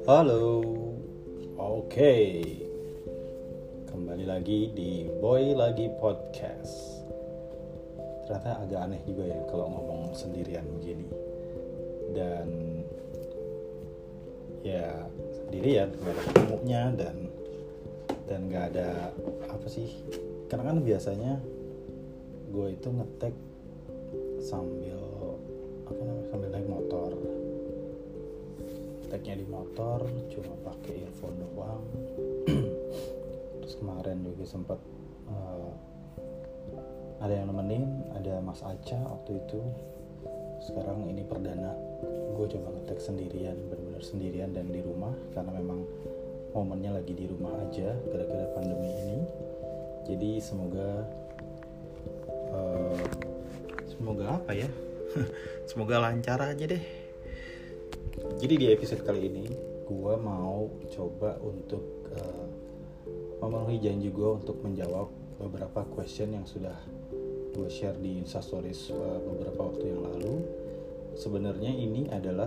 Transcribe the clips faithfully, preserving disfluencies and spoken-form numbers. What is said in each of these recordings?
Halo, oke, kembali lagi di Boy Lagi Podcast. Ternyata agak aneh juga ya kalau ngomong sendirian begini. Dan ya sendirian, gak ada ketemunya dan dan gak ada apa sih? Karena kan biasanya gue itu ngetek sambil apa namanya sambil naik motor. Tagnya di motor cuma pakai earphone doang. Terus kemarin juga sempat uh, ada yang nemenin, ada Mas Aca waktu itu. Sekarang ini perdana gue coba ngetek sendirian, benar-benar sendirian dan di rumah karena memang momennya lagi di rumah aja gara-gara pandemi ini. Jadi semoga uh, semoga apa ya? Semoga lancar aja deh. Jadi di episode kali ini gue mau coba untuk uh, memenuhi janji gue untuk menjawab beberapa question yang sudah gue share di Instastories uh, beberapa waktu yang lalu. Sebenarnya ini adalah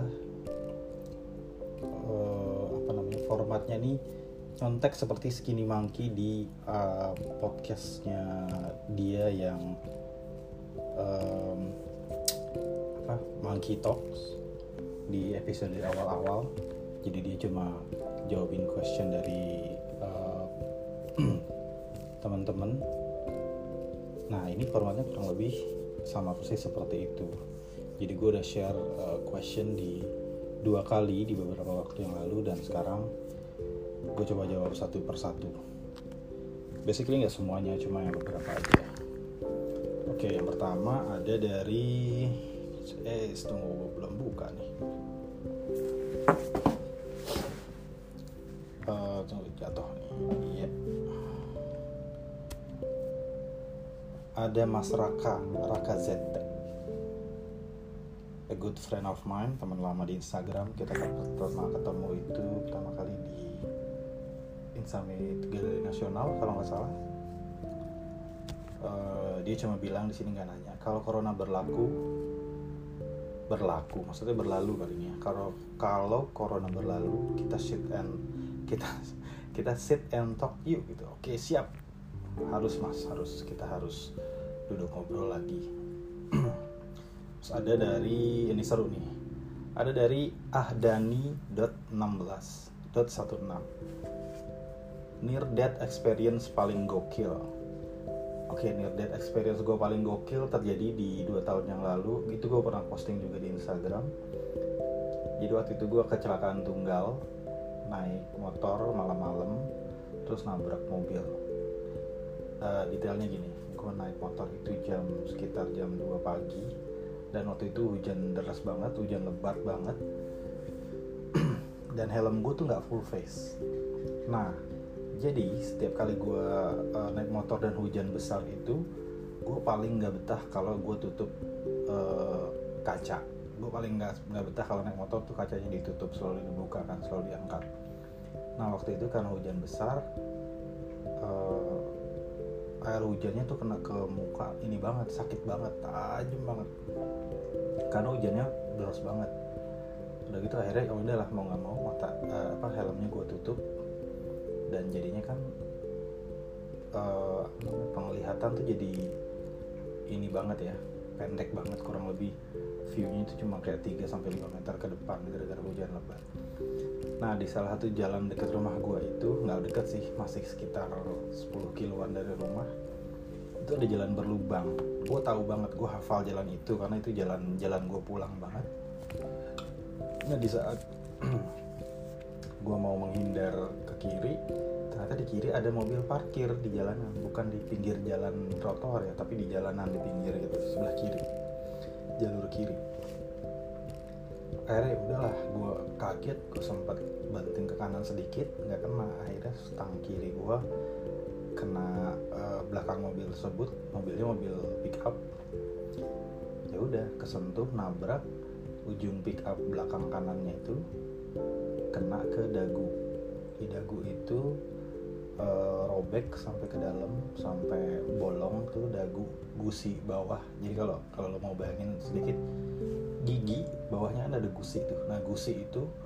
uh, apa namanya formatnya nih nyontek seperti Skinny Monkey di uh, podcastnya dia yang um, apa Monkey Talks di episode awal-awal. Jadi dia cuma jawabin question dari uh, teman-teman. Nah ini formatnya kurang lebih sama persis seperti itu. Jadi gue udah share uh, question di dua kali di beberapa waktu yang lalu dan sekarang gue coba jawab satu persatu. Basically nggak semuanya, cuma yang beberapa aja. Oke, yang pertama ada dari eh tunggu belum buka nih. Uh, tunggu jatuh nih. Iya. Ada Mas Raka, Raka Z. A good friend of mine, teman lama di Instagram. Kita pernah ketemu itu pertama kali di Insamit Galeri Nasional kalau nggak salah. Uh, dia cuma bilang di sini nggak nanya. Kalau corona berlaku, berlaku, maksudnya berlalu kali ini ya. Kalau kalau corona berlalu, kita sit and kita kita sit and talk yuk gitu. Oke siap. Harus mas, harus kita harus duduk ngobrol lagi. Terus ada dari ini seru nih. Ada dari ahdani dot enam belas dot enam belas. Near death experience paling gokil. Oke, okay, near death experience gue paling gokil terjadi di dua tahun yang lalu. Itu gue pernah posting juga di Instagram. Jadi waktu itu gue kecelakaan tunggal, naik motor malam-malam, terus nabrak mobil. Uh, detailnya gini, gue naik motor itu jam sekitar jam dua pagi. Dan waktu itu hujan deras banget, hujan lebat banget. Dan helm gue tuh gak full face. Nah, jadi setiap kali gue uh, naik motor dan hujan besar itu, gue paling nggak betah kalau gue tutup uh, kaca. Gue paling nggak nggak betah kalau naik motor tuh kacanya ditutup, selalu dibuka kan, selalu diangkat. Nah waktu itu karena hujan besar, uh, air hujannya tuh kena ke muka, ini banget, sakit banget, tajam banget. Karena hujannya deras banget. Udah gitu akhirnya ya udahlah mau nggak mau mata uh, apa helmnya gue tutup. Dan jadinya kan uh, penglihatan tuh jadi ini banget ya, pendek banget, kurang lebih view-nya itu cuma kayak tiga sampai lima meter ke depan gara-gara hujan lebat. Nah di salah satu jalan dekat rumah gue itu, nggak dekat sih, masih sekitar sepuluh kiloan dari rumah, itu ada jalan berlubang. Gue tahu banget, gue hafal jalan itu karena itu jalan jalan gue pulang banget. Nah di saat gue mau menghindar ke kiri, ternyata di kiri ada mobil parkir di jalanan, bukan di pinggir jalan trotoar ya, tapi di jalanan di pinggir gitu, sebelah kiri, jalur kiri. Akhirnya udahlah, gue kaget, gue sempat banting ke kanan sedikit, nggak kena. Akhirnya stang kiri gue kena uh, belakang mobil tersebut, mobilnya mobil pick up. Ya udah, kesentuh, nabrak, ujung pick up belakang kanannya itu kena ke dagu. Di dagu itu uh, robek sampai ke dalam, sampai bolong tuh dagu gusi bawah. Jadi kalau kalau lo mau bayangin sedikit, gigi bawahnya kan ada gusi tuh. Nah gusi itu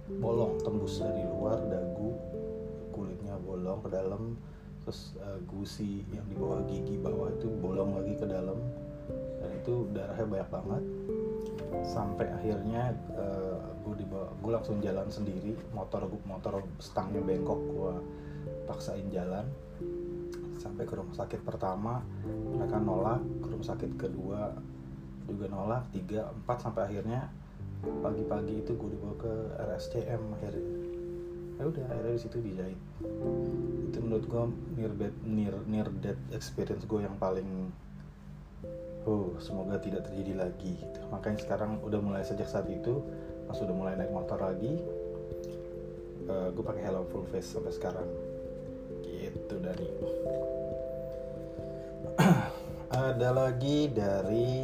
bolong, tembus dari luar dagu, kulitnya bolong ke dalam, terus uh, gusi yang di bawah gigi bawah itu bolong lagi ke dalam, dan itu darahnya banyak banget. Sampai akhirnya uh, gue dibawa, gue langsung jalan sendiri, motor gue motor stangnya bengkok, gue paksain jalan sampai ke rumah sakit pertama, mereka nolak, ke rumah sakit kedua juga nolak, tiga, empat, sampai akhirnya pagi-pagi itu gue dibawa ke R S C M akhirnya. Ya udah, akhirnya di situ dijahit. Itu menurut gue near death, near, near death experience gue yang paling oh semoga tidak terjadi lagi gitu. Makanya sekarang udah mulai sejak saat itu pas udah mulai naik motor lagi, uh, gue pakai helm full face sampai sekarang gitu. Dari ada lagi dari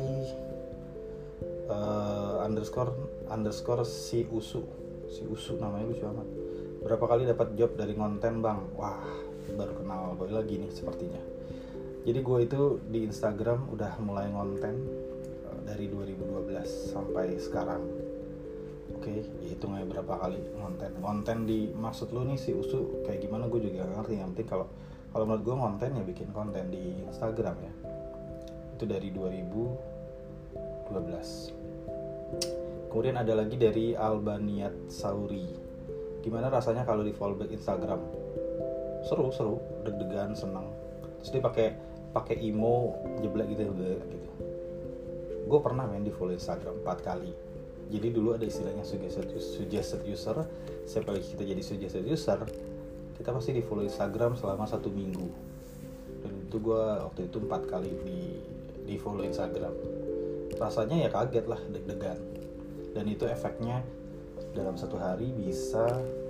uh, underscore underscore si usu si usu namanya lucu amat. Berapa kali dapat job dari konten bang? Wah, baru kenal gue lagi nih sepertinya. Jadi gue itu di Instagram udah mulai ngonten uh, dari dua ribu dua belas sampai sekarang. Oke, okay, hitung aja berapa kali ngonten. Konten di maksud lu nih si usu kayak gimana gue juga gak ngerti. Yang penting kalau kalau menurut gue konten ya bikin konten di Instagram ya. Itu dari dua ribu dua belas. Kemudian ada lagi dari Albaniat Sauri. Gimana rasanya kalau di follow back Instagram? Seru, seru, deg-degan, senang. Terus dia pakai pakai emo jeblek gitu gitu. Gue pernah main di follow Instagram empat kali. Jadi dulu ada istilahnya suggested, suggested user. Siapa kita jadi suggested user, kita pasti di follow Instagram selama satu minggu. Dan itu gue waktu itu empat kali di di follow Instagram. Rasanya ya kaget lah, deg-degan. Dan itu efeknya dalam satu hari bisa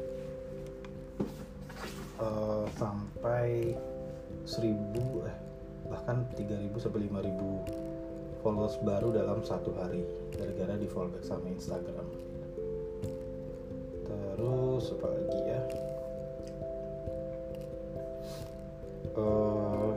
uh, sampai seribu eh bahkan tiga ribu sampai lima ribu followers baru dalam satu hari gara-gara di follow back sama Instagram. Terus apa lagi ya? Uh,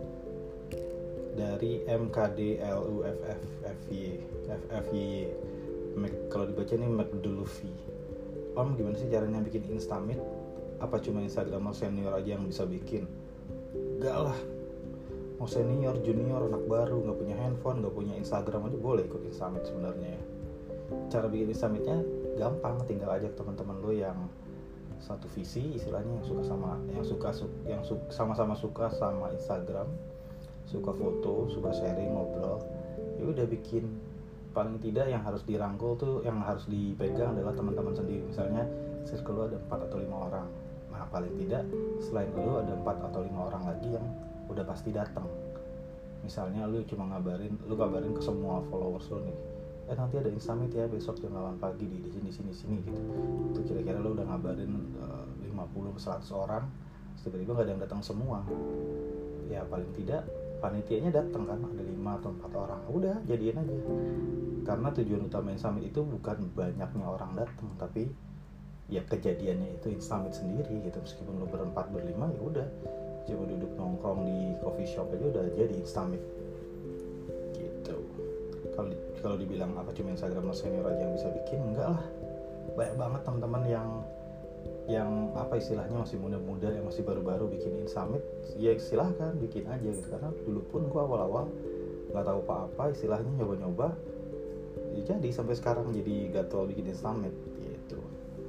dari M K D L U F F F Y F F Y kalau dibaca nih McDulufi. Om, gimana sih caranya bikin Instamit? Apa cuma Instagramer senior aja yang bisa bikin? Enggak lah, mau senior, junior, anak baru, gak punya handphone, gak punya Instagram aja boleh ikut Instamit sebenarnya ya. Cara bikin Instamitnya gampang, tinggal ajak teman-teman lo yang satu visi istilahnya, yang suka sama yang suka yang su, sama-sama suka sama Instagram, suka foto, suka sharing, ngobrol. Ya udah bikin. Paling tidak yang harus dirangkul tuh, yang harus dipegang adalah teman-teman sendiri. Misalnya circle lo ada empat atau lima orang. Nah paling tidak selain lo ada empat atau lima orang lagi yang udah pasti datang. Misalnya lo cuma ngabarin, lo kabarin ke semua followers lo nih, eh nanti ada Instamit ya besok jam delapan pagi di di sini sini sini gitu. Itu kira-kira lo udah ngabarin uh, lima puluh sampai seratus orang, tiba-tiba nggak ada yang datang semua. Ya paling tidak panitianya datang kan, ada lima atau empat orang, udah jadiin aja. Karena tujuan utama Instamit itu bukan banyaknya orang datang, tapi ya kejadiannya itu Instamit sendiri gitu. Meskipun lo berempat berlima ya udah cuma duduk nongkrong di coffee shop aja udah jadi Instamit gitu. Kalau kalau dibilang apa cuma Instagram senior aja yang bisa bikin, enggak lah, banyak banget teman-teman yang yang apa istilahnya masih muda-muda, yang masih baru-baru bikin Instamit. Ya silahkan bikin aja gitu. Karena dulu pun gue awal-awal nggak tahu apa-apa istilahnya, nyoba-nyoba ya jadi sampai sekarang jadi gatel bikin Instamit gitu.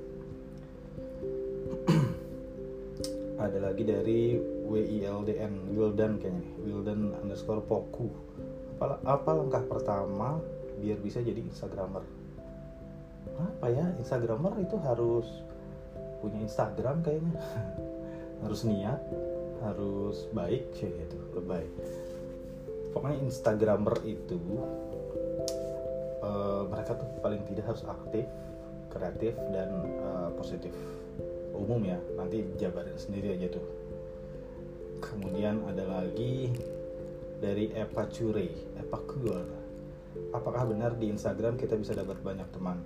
Ada lagi dari W I L D N Wildan kayaknya nih, Wildan underscore Poku. Apa, apa langkah pertama biar bisa jadi Instagramer? Apa ya, Instagramer itu harus punya Instagram kayaknya. Harus niat, harus baik sih gitu, lebay. Pokoknya Instagramer itu uh, mereka tuh paling tidak harus aktif, kreatif, dan uh, positif. Umum ya, nanti jabarin sendiri aja tuh. Kemudian ada lagi dari Epa Cure, Epa Cure. Apakah benar di Instagram kita bisa dapat banyak teman?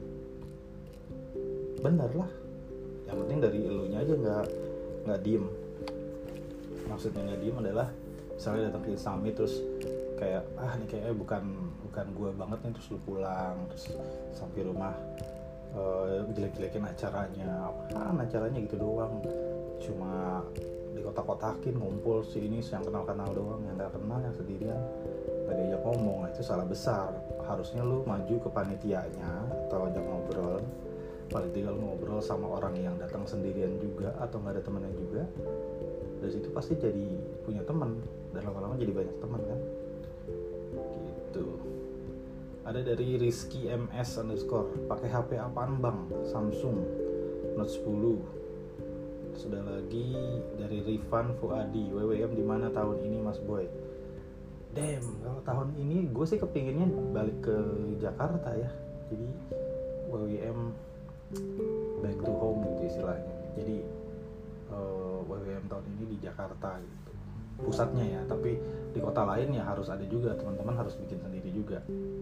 Benar lah. Yang penting dari elunya aja nggak nggak diem. Maksudnya nggak diem adalah misalnya datang ke Instamit terus kayak ah ini kayaknya bukan bukan gue banget nih, terus lu pulang terus sampai rumah uh, jelek-jelekin acaranya, apaan acaranya gitu doang, cuma di kotak-kotakin ngumpul si ini yang kenal-kenal doang, yang nggak kenal yang sendirian nggak diajak ngomong. Nah, itu salah besar. Harusnya lu maju ke panitianya atau ajak ngobrol, paling tidak lu ngobrol sama orang yang datang sendirian juga atau nggak ada temennya juga. Dari situ pasti jadi punya teman dan lama-lama jadi banyak teman kan gitu. Ada dari Rizky M S underscore, pakai H P apaan bang? Samsung Note sepuluh. Sudah lagi dari Rifan Fuadi, W W M di mana tahun ini Mas Boy? Damn, kalau tahun ini gue sih kepinginnya balik ke Jakarta ya. Jadi W W M back to home gitu istilahnya. Jadi uh, W W M tahun ini di Jakarta gitu pusatnya ya, tapi di kota lain ya harus ada juga, teman-teman harus bikin sendiri juga.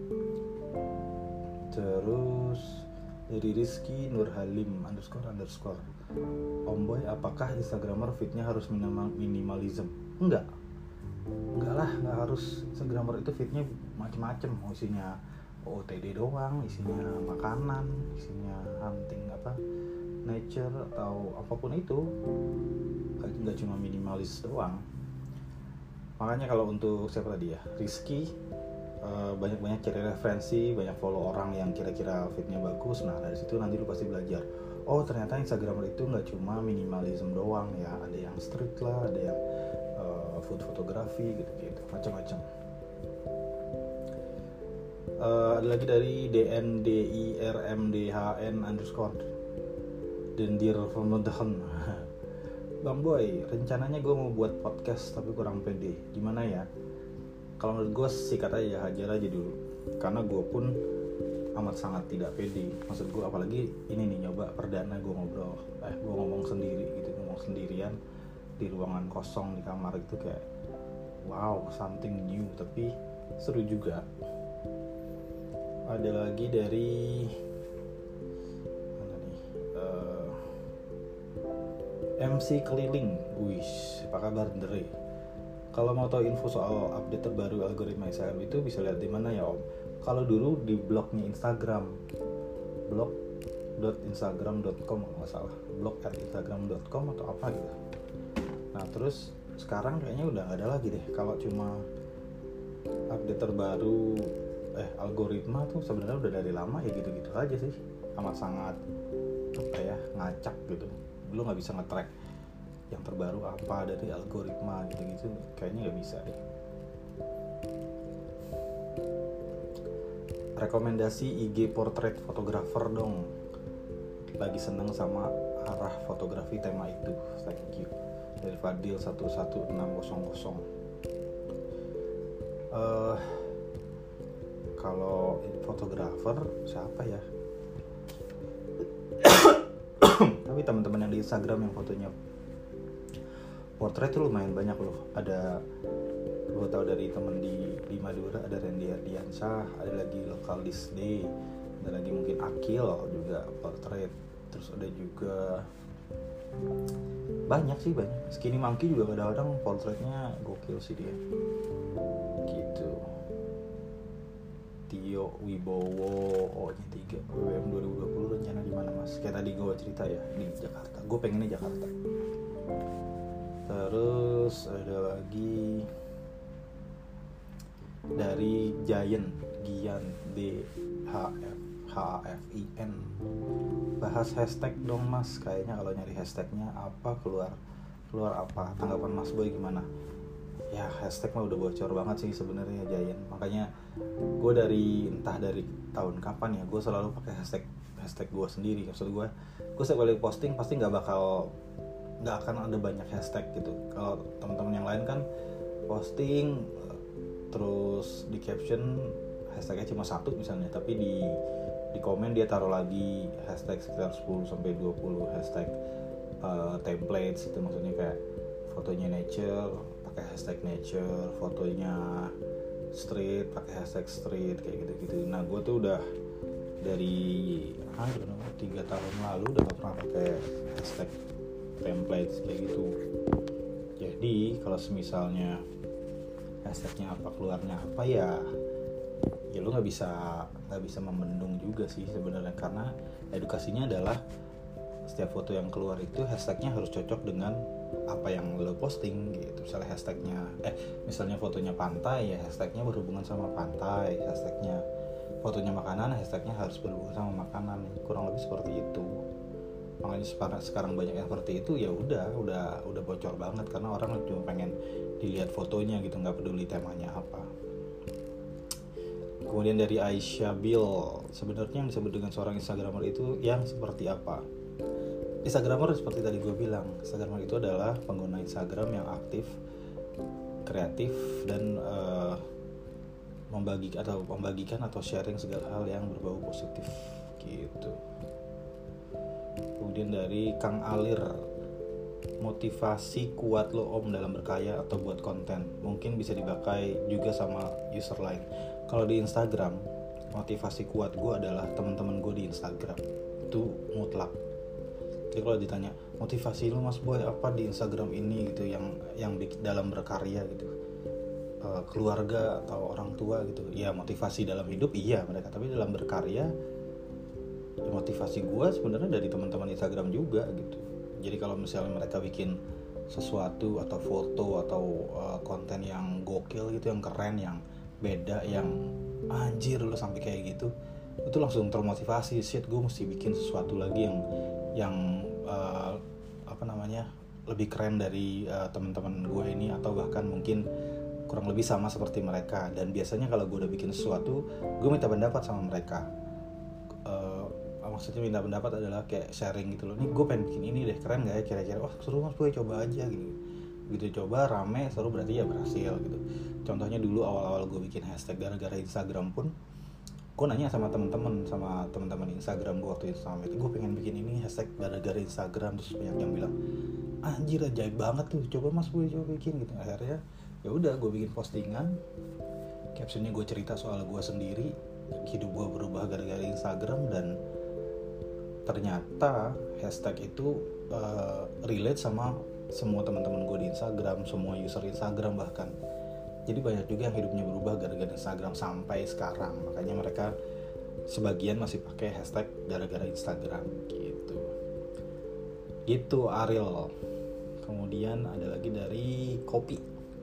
Terus dari Rizky Nurhalim underscore underscore, Omboy apakah Instagramer fitnya harus minimal minimalism? Enggak, enggak lah, enggak harus. Instagramer itu fitnya macem-macem, isinya O O T D doang, isinya makanan, isinya hunting apa nature atau apapun itu, enggak cuma minimalis doang. Makanya kalau untuk siapa tadi ya, Rizky, uh, banyak-banyak cari referensi, banyak follow orang yang kira-kira fitnya bagus. Nah dari situ nanti lu pasti belajar, oh ternyata Instagramer itu nggak cuma minimalism doang ya, ada yang street lah, ada yang uh, food fotografi gitu-gitu, macam-macam. Uh, ada lagi dari D N D I R M D H N underscore Dendir Vermodhan. Bang Boy, rencananya gue mau buat podcast tapi kurang pede. Gimana ya? Kalau menurut gue sikat aja, hajar aja dulu. Karena gue pun amat sangat tidak pede. Maksud gue apalagi ini nih, nyoba perdana gue ngobrol. Eh, gue ngomong sendiri gitu, ngomong sendirian di ruangan kosong di kamar itu kayak wow, something new tapi seru juga. Ada lagi dari M C Keliling, wish, apa kabar Dre? Kalau mau tahu info soal update terbaru algoritma Instagram itu bisa lihat di mana ya Om? Kalau dulu di blognya Instagram, blog dot instagram dot com kalau nggak salah, blog at instagram dot com atau apa gitu. Nah terus sekarang kayaknya udah nggak ada lagi deh. Kalau cuma update terbaru, eh algoritma tuh sebenarnya udah dari lama ya gitu-gitu aja sih, amat sangat apa ya ngacak gitu. Lu nggak bisa nge-track yang terbaru apa dari algoritma gitu-gitu, kayaknya nggak bisa deh. Rekomendasi I G portrait fotografer dong, lagi seneng sama arah fotografi tema itu, thank you. Dari Fadil satu satu enam nol nol. uh, Kalau fotografer siapa ya? Tapi teman-teman yang di Instagram yang fotonya portrait tuh lumayan banyak loh. Ada, gue tahu dari temen di di Madura ada Randy Ardiansyah, ada lagi Lokal Disney, ada lagi mungkin Akil juga portrait. Terus ada juga banyak sih banyak. Skinny Monkey juga kadang-kadang portraitnya gokil sih dia. Gitu. Tio Wibowo, O nya tiga, W W M dua ribu dua puluh rencana di mana Mas? Kayak tadi gue cerita ya, di Jakarta. Gue pengennya Jakarta. Terus ada lagi dari Giant, Gian D H F H F I N. Bahas hashtag dong Mas. Kayaknya kalau nyari hashtagnya apa keluar keluar apa? Tanggapan Mas Boy gimana? Ya hashtag mah udah bocor banget sih sebenarnya Giant. Makanya gue dari entah dari tahun kapan ya, gue selalu pakai hashtag hashtag gue sendiri. Maksud gue, gue setiap kali posting pasti nggak bakal nggak akan ada banyak hashtag gitu. Kalau teman-teman yang lain kan posting terus di caption hashtagnya cuma satu misalnya, tapi di di komen dia taruh lagi hashtag sekitar sepuluh sampai dua puluh hashtag uh, templates itu, maksudnya kayak fotonya nature pakai hashtag nature, fotonya street pakai hashtag street, kayak gitu-gitu. Nah gue tuh udah dari ah tiga tahun lalu udah gak pernah pakai hashtag templates kayak gitu. Jadi kalau misalnya hashtagnya apa keluarnya apa ya ya lu nggak bisa nggak bisa membendung juga sih sebenarnya, karena edukasinya adalah setiap foto yang keluar itu hashtagnya harus cocok dengan apa yang lo posting gitu. Misalnya hashtagnya eh misalnya fotonya pantai, ya hashtagnya berhubungan sama pantai. Hashtagnya fotonya makanan, hashtagnya harus berhubungan sama makanan. Kurang lebih seperti itu. Makanya sekarang sekarang banyak yang seperti itu, ya udah udah udah bocor banget karena orang cuma pengen dilihat fotonya gitu, nggak peduli temanya apa. Kemudian dari Aisyah Bill, sebenarnya yang disebut dengan seorang Instagramer itu yang seperti apa? Instagramer seperti tadi gue bilang, Instagramer itu adalah pengguna Instagram yang aktif, kreatif, dan uh, membagi atau membagikan atau sharing segala hal yang berbau positif gitu. Kemudian dari Kang Alir, motivasi kuat lo om dalam berkarya atau buat konten, mungkin bisa dipakai juga sama user lain. Kalau di Instagram, motivasi kuat gue adalah teman-teman gue di Instagram, itu mutlak. Jadi kalau ditanya motivasi lo mas boy apa di Instagram ini gitu, yang yang dalam berkarya gitu, uh, keluarga atau orang tua gitu, ya motivasi dalam hidup iya mereka, tapi dalam berkarya ya motivasi gue sebenarnya dari teman-teman Instagram juga gitu. Jadi kalau misalnya mereka bikin sesuatu atau foto atau uh, konten yang gokil gitu, yang keren, yang beda, yang anjir lo sampai kayak gitu, itu langsung termotivasi, shit gue mesti bikin sesuatu lagi yang yang uh, apa namanya lebih keren dari uh, teman-teman gue ini, atau bahkan mungkin kurang lebih sama seperti mereka. Dan biasanya kalau gue udah bikin sesuatu, gue minta pendapat sama mereka. Uh, maksudnya minta pendapat adalah kayak sharing gitu loh, nih gue pengen bikin ini deh, keren gak ya kira-kira, wah seru mas gue coba aja gitu. Gitu coba rame seru berarti ya berhasil gitu. Contohnya dulu awal-awal gue bikin hashtag gara-gara Instagram pun, gue nanya sama teman-teman sama teman-teman Instagram gue waktu itu, sama itu gue pengen bikin ini hashtag gara-gara Instagram, terus banyak yang bilang anjir ajaib banget tuh, coba mas gue coba bikin gitu. Akhirnya ya udah gue bikin postingan, captionnya gue cerita soal gue sendiri, hidup gue berubah gara-gara Instagram, dan ternyata hashtag itu uh, relate sama semua teman-teman gue di Instagram, semua user Instagram bahkan. Jadi banyak juga yang hidupnya berubah gara-gara Instagram sampai sekarang. Makanya mereka sebagian masih pakai hashtag gara-gara Instagram gitu. Gitu Ariel. Kemudian ada lagi dari Kopi.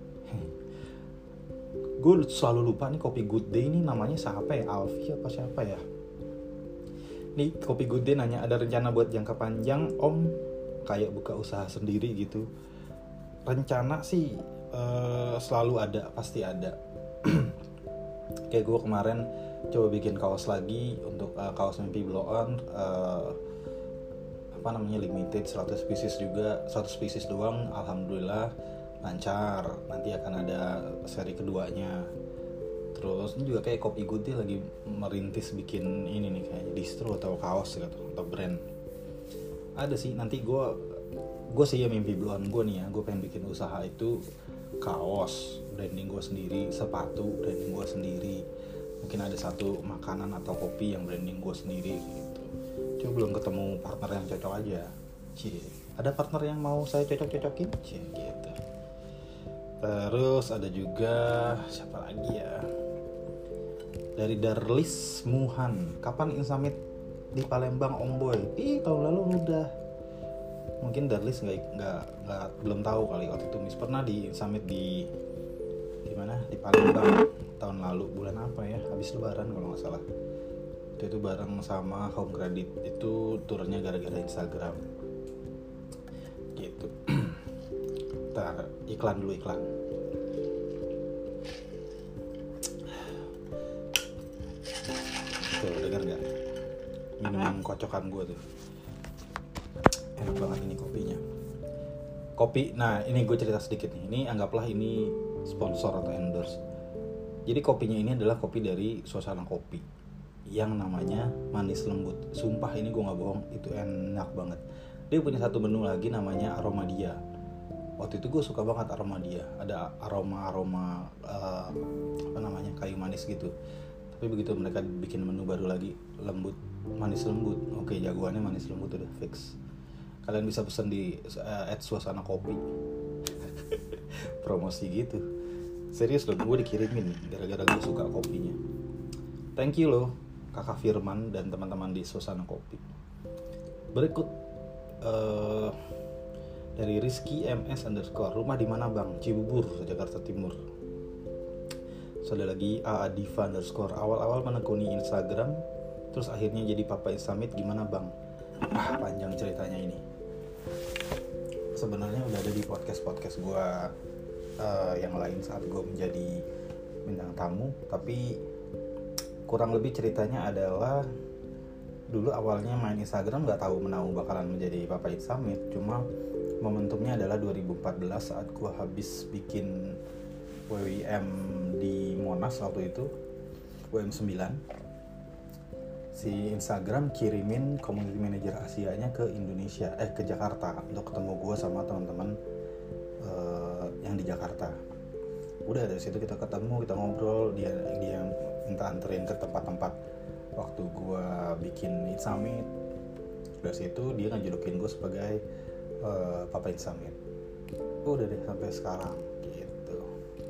Gue selalu lupa nih Kopi Good Day ini namanya siapa ya? Alfi apa siapa ya? Nih Kopi Good Day nanya, ada rencana buat jangka panjang om kayak buka usaha sendiri gitu? Rencana sih Uh, selalu ada, pasti ada. Kayak gue kemarin coba bikin kaos lagi untuk uh, kaos Mimpi Blow On, uh, apa namanya limited seratus pieces juga, seratus pieces doang. Alhamdulillah lancar. Nanti akan ada seri keduanya. Terus ini juga kayak Kopi Good Day lagi merintis bikin ini nih kayak distro atau kaos gitu, atau brand. Ada sih nanti gue gue sih ya Mimpi Blow On gue nih ya, gue pengen bikin usaha itu kaos branding gue sendiri, sepatu branding gue sendiri, mungkin ada satu makanan atau kopi yang branding gue sendiri gitu. Cuma belum ketemu partner yang cocok aja. Cie, ada partner yang mau saya cocok-cocokin? Cie, gitu. Terus ada juga siapa lagi ya? Dari Darlis Muhan, kapan Insamit di Palembang Om Boy? Ih, tahun lalu udah. Mungkin Darlis nggak nggak nggak belum tahu kali, waktu itu Miss pernah di summit di di mana di Palembang tahun lalu, bulan apa ya, habis lebaran kalau nggak salah. Itu itu bareng sama Home Credit, itu turnya gara-gara Instagram gitu. Ntar iklan dulu iklan. Tuh dengar nggak minuman kocokan gue tuh, enak banget ini kopinya. Kopi, nah ini gue cerita sedikit nih. Ini anggaplah ini sponsor atau endorse. Jadi kopinya ini adalah kopi dari Suasana Kopi yang namanya Manis Lembut. Sumpah ini gue nggak bohong, itu enak banget. Dia punya satu menu lagi namanya Aroma Dia. Waktu itu gue suka banget Aroma Dia. Ada aroma-aroma uh, apa namanya kayu manis gitu. Tapi begitu mereka bikin menu baru lagi, lembut, manis lembut. Oke, jagoannya manis lembut udah fix. Kalian bisa pesan di uh, at Suasana Kopi. Promosi gitu. Serius loh, gue dikirimin gara-gara gue suka kopinya. Thank you loh Kakak Firman dan teman-teman di Suasana Kopi. Berikut uh, dari Rizky M S underscore, rumah di mana bang? Cibubur, Jakarta Timur. So, ada lagi A Adiva underscore, awal-awal menekuni Instagram terus akhirnya jadi Papa Islamit, gimana bang? Ah, panjang ceritanya ini. Sebenarnya udah ada di podcast-podcast gue uh, yang lain saat gue menjadi bintang tamu, tapi kurang lebih ceritanya adalah dulu awalnya main Instagram nggak tahu menahu bakalan menjadi Papa It Summit. Cuma momentumnya adalah dua ribu empat belas saat gue habis bikin W W M di Monas waktu itu, W M sembilan. Si Instagram kirimin community manager Asianya ke Indonesia, eh ke Jakarta untuk ketemu gue sama teman-teman uh, yang di Jakarta. Udah dari situ kita ketemu, kita ngobrol, dia dia minta anterin ke tempat-tempat waktu gue bikin It Summit. Dari situ dia ngejulukin gue sebagai uh, Papa It Summit. Udah deh sampai sekarang gitu.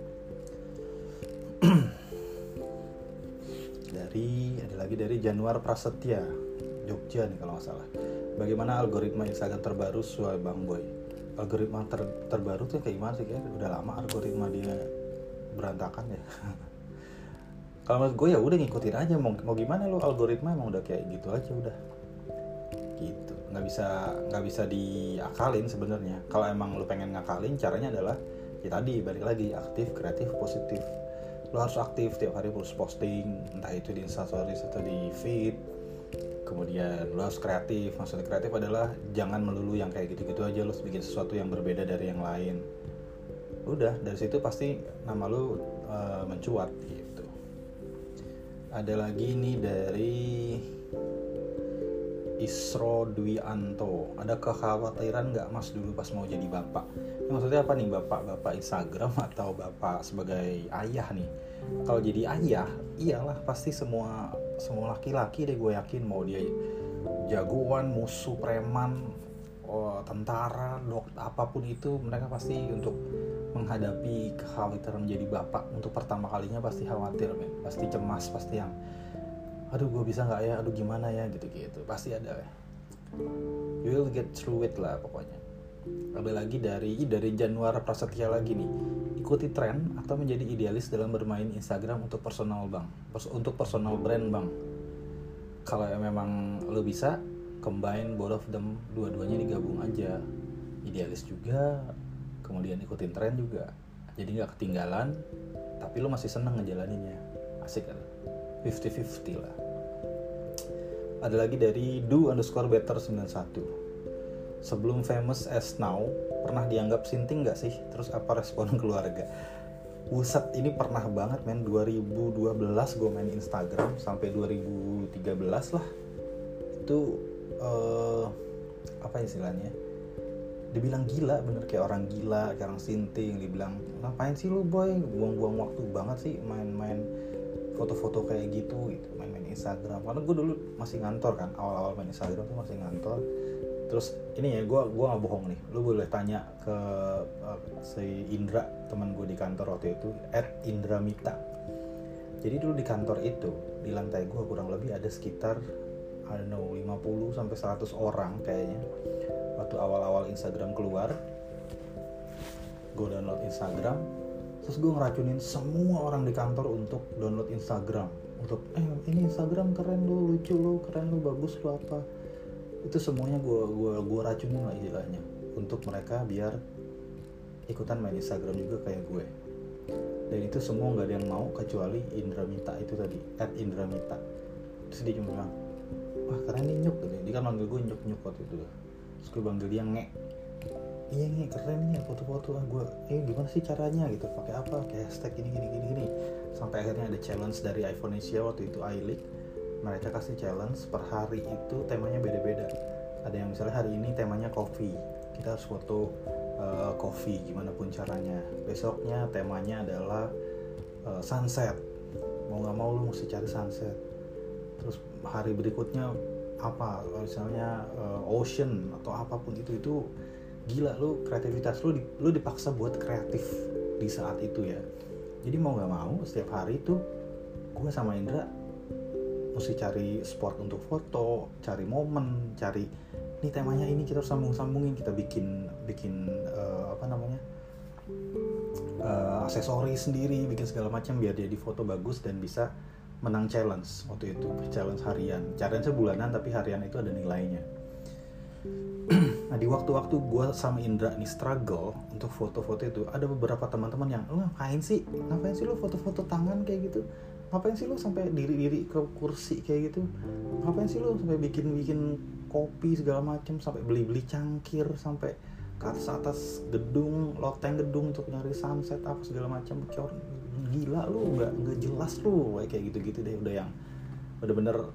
Dari ada lagi dari Januar Prasetya, Jogja nih kalau nggak salah. Bagaimana algoritma Instagram terbaru sesuai Bang Boy? Algoritma ter, terbaru tuh kayak gimana sih? Kayak udah lama algoritma dia berantakan ya. Kalau menurut gue ya udah ngikutin aja, mau mau gimana lo, algoritma emang udah kayak gitu aja udah. Gitu. Nggak bisa nggak bisa diakalin sebenarnya. Kalau emang lo pengen ngakalin, caranya adalah ya tadi balik lagi aktif, kreatif, positif. Lo harus aktif tiap hari, harus posting, entah itu di Instastories atau di feed. Kemudian lo harus kreatif. Maksudnya kreatif adalah jangan melulu yang kayak gitu-gitu aja, lo harus bikin sesuatu yang berbeda dari yang lain. Udah dari situ pasti nama lo uh, mencuat gitu. Ada lagi nih dari Isro Dwianto, ada kekhawatiran nggak mas dulu pas mau jadi bapak? Ini maksudnya apa nih, bapak bapak Instagram atau bapak sebagai ayah nih? Kalau jadi ayah, iyalah pasti semua semua laki-laki deh gue yakin, mau dia jagoan, musuh, preman, oh, tentara, dokter, apapun itu mereka pasti untuk menghadapi kekhawatiran menjadi bapak untuk pertama kalinya pasti khawatir, men. Pasti cemas, pasti yang aduh gue bisa nggak ya, aduh gimana ya gitu-gitu, pasti ada ya. You will get through it lah pokoknya. Ada lagi dari dari Januar Prasetya lagi nih, ikuti tren atau menjadi idealis dalam bermain Instagram untuk personal bang, untuk personal brand bang. Kalau memang lo bisa combine both of them, dua-duanya digabung aja, idealis juga, kemudian ikutin tren juga, jadi nggak ketinggalan, tapi lo masih seneng ngejalaninnya, asik kan? fifty-fifty lah. Ada lagi dari do underscore better sembilan satu. Sebelum famous as now, pernah dianggap sinting gak sih? Terus apa respon keluarga? Buset, ini pernah banget men. dua ribu dua belas gue main Instagram sampai dua ribu tiga belas lah. Itu uh, apa istilahnya? Dibilang gila, bener kayak orang gila, kayak orang sinting. Dibilang ngapain sih lu boy, buang-buang waktu banget sih main-main foto-foto kayak gitu, gitu, main-main Instagram. Karena gue dulu masih ngantor kan, awal-awal main Instagram tuh masih ngantor. Terus ini ya, gue gue nggak bohong nih, lu boleh tanya ke uh, si Indra, teman gue di kantor waktu itu, at Indramita. Jadi dulu di kantor itu, di lantai gue kurang lebih ada sekitar I don't know lima puluh sampai seratus orang kayaknya. Waktu awal-awal Instagram keluar, gue download Instagram. Terus gue ngeracunin semua orang di kantor untuk download Instagram, untuk eh ini Instagram keren lu, lucu lu, keren lu, bagus lu apa. Itu semuanya gue gue gue racunin lah istilahnya, untuk mereka biar ikutan main Instagram juga kayak gue. Dan itu semua nggak ada yang mau kecuali Indramita itu tadi, at Indramita. Terus dia cuma bilang, wah keren nih Nyuk, gitu. Dia kan manggil gue Nyuk Nyuk waktu itu. Terus gue panggil dia Nge. Iya nih keren nih foto-foto, gue eh gimana sih caranya gitu, pakai apa, kayak hashtag gini gini gini gini. Sampai akhirnya ada challenge dari iPhonesia waktu itu, iLeak. Mereka kasih challenge per hari itu temanya beda-beda. Ada yang misalnya hari ini temanya coffee, kita harus foto uh, coffee gimana pun caranya. Besoknya temanya adalah uh, sunset, mau nggak mau lu mesti cari sunset. Terus hari berikutnya apa, misalnya uh, ocean atau apapun itu itu gila, lu kreativitas lu lu dipaksa buat kreatif di saat itu ya. Jadi mau nggak mau setiap hari itu gue sama Indra mesti cari spot untuk foto, cari momen, cari ini temanya ini kita harus sambung-sambungin, kita bikin bikin uh, apa namanya uh, aksesori sendiri, bikin segala macam biar jadi foto bagus dan bisa menang challenge waktu itu, challenge harian, challenge bulanan tapi harian itu ada nilainya. Nah di waktu-waktu gue sama Indra nih struggle untuk foto-foto itu, ada beberapa teman-teman yang, lu ngapain sih, ngapain sih lu foto-foto tangan kayak gitu, ngapain sih lu sampai diri-diri ke kursi kayak gitu, ngapain sih lu sampai bikin-bikin kopi segala macam, sampai beli-beli cangkir, sampai ke atas-atas gedung, loteng gedung untuk nyari sunset apa segala macam, gila lu, nggak nggak jelas lu kayak gitu-gitu deh, udah yang bener-bener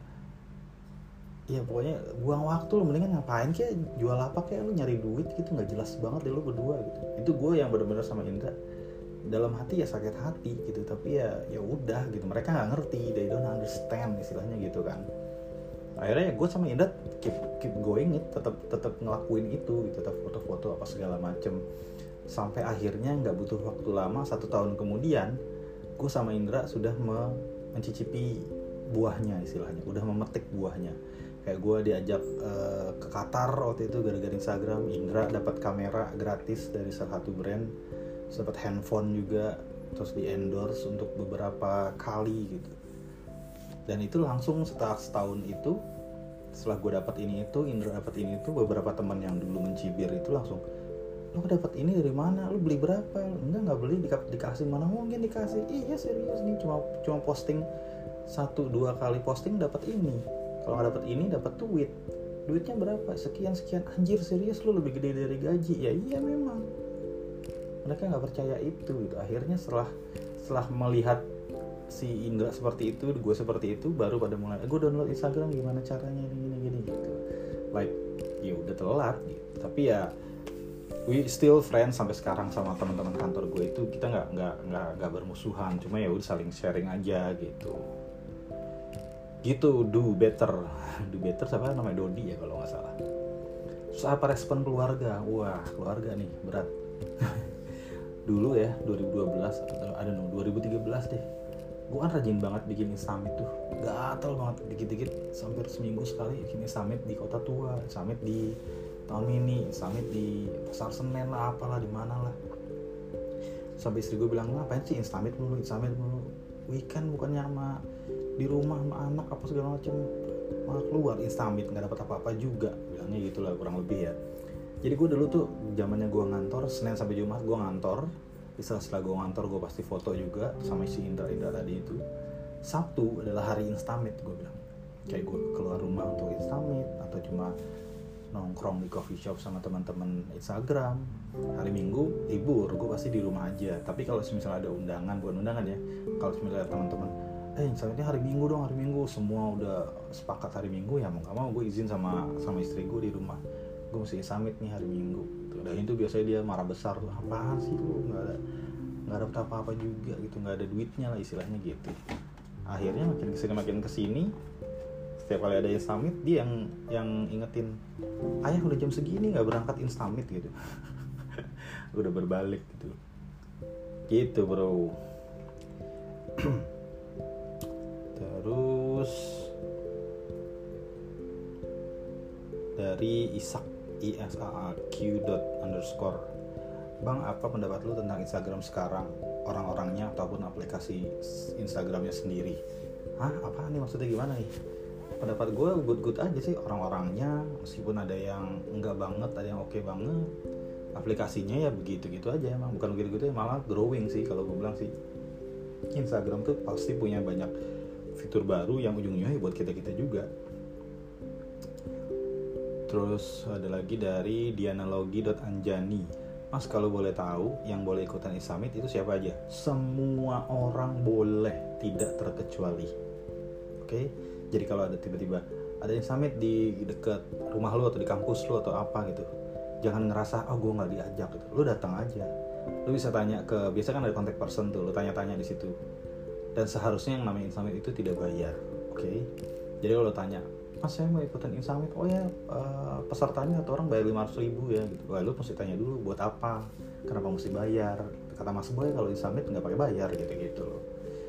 ya pokoknya buang waktu lu, mendingan ngapain kayak jual apa kayak lu nyari duit gitu, nggak jelas banget deh lu berdua gitu. Itu gue yang bener-bener sama Indra dalam hati ya sakit hati gitu, tapi ya ya udah gitu, mereka nggak ngerti, they don't understand istilahnya gitu kan. Akhirnya ya gue sama Indra keep keep going it, tetap tetap ngelakuin itu gitu, tetap foto-foto apa segala macem, sampai akhirnya nggak butuh waktu lama, satu tahun kemudian gue sama Indra sudah me- mencicipi buahnya istilahnya, udah memetik buahnya. Kayak gue diajak uh, ke Qatar waktu itu gara-gara Instagram, Indra dapat kamera gratis dari salah satu brand, dapat handphone juga, terus di endorse untuk beberapa kali gitu. Dan itu langsung setelah setahun itu, setelah gue dapat ini itu, Indra dapat ini itu, beberapa teman yang dulu mencibir itu langsung, lo dapat ini dari mana? Lo beli berapa? Enggak nggak beli, di- dikasih, mana mungkin dikasih? Iya serius nih, cuma cuma posting satu dua kali posting dapat ini. Kalau nggak dapat ini dapat duit. Duitnya berapa? Sekian sekian. Anjir serius lo lebih gede dari gaji? Ya iya memang. Mereka nggak percaya itu gitu. Akhirnya setelah setelah melihat si Indra seperti itu, gue seperti itu, baru pada mulai, gue download Instagram gimana caranya gini gini gitu. Like ya udah telat gitu. Tapi ya we still friends sampai sekarang sama teman-teman kantor gue itu, kita nggak nggak nggak nggak bermusuhan, cuma ya udah saling sharing aja gitu. Gitu, do better, do better siapa namanya Dodi ya kalau nggak salah. Terus apa respon keluarga? Wah keluarga nih berat. Dulu ya dua ribu dua belas atau ada no dua ribu tiga belas deh, gue kan rajin banget bikin Instamit tuh, gatel banget, dikit-dikit hampir seminggu sekali bikin Instamit di Kota Tua, Instamit di tahun ini, Instamit di Pasar Senen lah, apalah di mana lah. Sampai istri gue bilang, ngapain sih Instamit mulu, Instamit mulu, weekend bukannya sama di rumah sama anak apa segala macam, malah keluar Instamit nggak dapat apa-apa juga, bilangnya gitulah kurang lebih ya. Jadi gue dulu tuh zamannya gue ngantor Senin sampai Jumat gue ngantor, setelah setelah gue ngantor gue pasti foto juga sama si Indra Indra tadi itu. Sabtu adalah hari Instamit gue bilang, kayak gue keluar rumah untuk Instamit atau cuma nongkrong di coffee shop sama teman-teman Instagram. Hari Minggu libur, gue pasti di rumah aja. Tapi kalau misalnya ada undangan, bukan undangan ya, kalau misalnya teman-teman, eh Instamitnya hari Minggu dong, hari Minggu, semua udah sepakat hari Minggu, ya mau nggak mau gue izin sama sama istri gue di rumah, gue mesti Instamit nih hari Minggu. Dan itu biasanya dia marah besar tuh, apaan sih lu, nggak ada nggak ada apa-apa juga gitu, nggak ada duitnya lah istilahnya gitu. Akhirnya makin kesini makin kesini, setiap kali ada Instamit dia yang yang ingetin, ayah udah jam segini nggak berangkat Instamit gitu. Udah berbalik gitu gitu bro. Terus dari Isak I S A A Q dot underscore, Bang, apa pendapat lu tentang Instagram sekarang, orang-orangnya ataupun aplikasi Instagramnya sendiri? Hah, apa nih maksudnya, gimana nih? Pendapat gue good-good aja sih orang-orangnya, meskipun ada yang enggak banget, ada yang oke banget. Aplikasinya ya begitu-gitu aja emang, bukan begitu-gitu ya, malah growing sih kalau gue bilang sih. Instagram tuh pasti punya banyak fitur baru yang ujung-ujungnya buat kita-kita juga. Terus ada lagi dari dianalogi dot anjani, Mas kalau boleh tahu yang boleh ikutan Instamit itu siapa aja? Semua orang boleh, tidak terkecuali. Oke, okay? Jadi kalau ada tiba-tiba ada Instamit di dekat rumah lu atau di kampus lu atau apa gitu, jangan ngerasa oh gue nggak diajak gitu. Lu datang aja. Lu bisa tanya ke, biasa kan ada contact person tuh, lu tanya-tanya di situ. Dan seharusnya yang namanya Instamit itu tidak bayar, oke? Okay? Jadi kalau tanya, Mas saya mau ikutan Instamit, oh ya uh, pesertanya atau orang bayar lima ratus ribu ya gitu. Wah, lu mesti tanya dulu buat apa, kenapa mesti bayar. Kata Mas Boy kalau Instamit nggak pakai bayar gitu-gitu loh.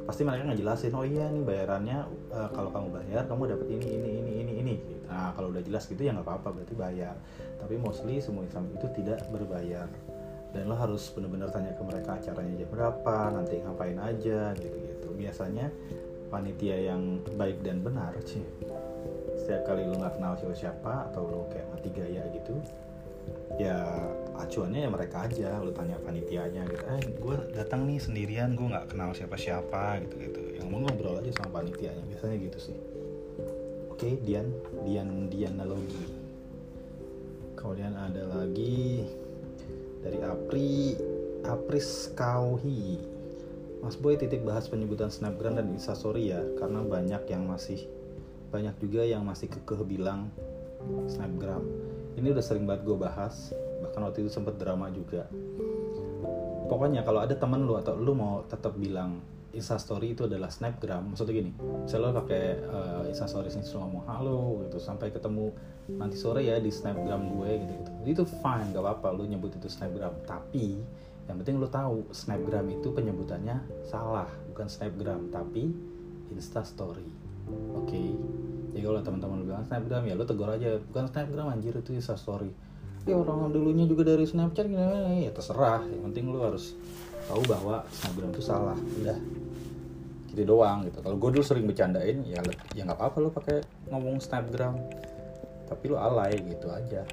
pasti mereka ngejelasin, oh iya nih bayarannya uh, kalau kamu bayar kamu dapat ini ini ini ini ini. Nah kalau udah jelas gitu ya nggak apa-apa, berarti bayar. Tapi mostly semua Islam itu tidak berbayar, dan lo harus benar-benar tanya ke mereka acaranya jam berapa, nanti ngapain aja gitu-gitu. Biasanya panitia yang baik dan benar sih, setiap kali lo nggak kenal siapa-siapa atau lo kayak mati gaya gitu, ya acuannya ya mereka aja. Lo tanya panitianya gitu, eh gue datang nih sendirian, gue nggak kenal siapa-siapa gitu-gitu, yang mau ngobrol aja sama panitianya, biasanya gitu sih. Oke, Dian Dian Dianalogi. Kemudian ada lagi dari Apri Apris Kauhi, Mas Boy titik bahas penyebutan Snapgram dan Instastory ya, karena banyak yang masih banyak juga yang masih kekeh bilang Snapgram. Ini udah sering banget gue bahas, bahkan waktu itu sempet drama juga. Pokoknya kalau ada temen lu atau lu mau tetap bilang Instastory itu adalah Snapgram, maksudnya gini, misalnya lo pakai uh, Instastory sini terus ngomong halo gitu, sampai ketemu nanti sore ya di Snapgram gue gitu gitu, itu fine, gak apa-apa lu nyebut itu Snapgram. Tapi yang penting lu tahu Snapgram itu penyebutannya salah, bukan Snapgram tapi Instastory. Oke, okay? Jadi kalau teman-teman lu bilang Snapgram ya lu tegur aja, bukan Snapgram anjir, itu Instastory. Ya orang dulunya juga dari Snapchat gimana, ya terserah, yang penting lu harus tahu bahwa Snapgram itu salah, udah gitu doang gitu. Kalau gue dulu sering bercandain ya ya nggak apa-apa lu pakai ngomong Snapgram, tapi lu alay gitu aja.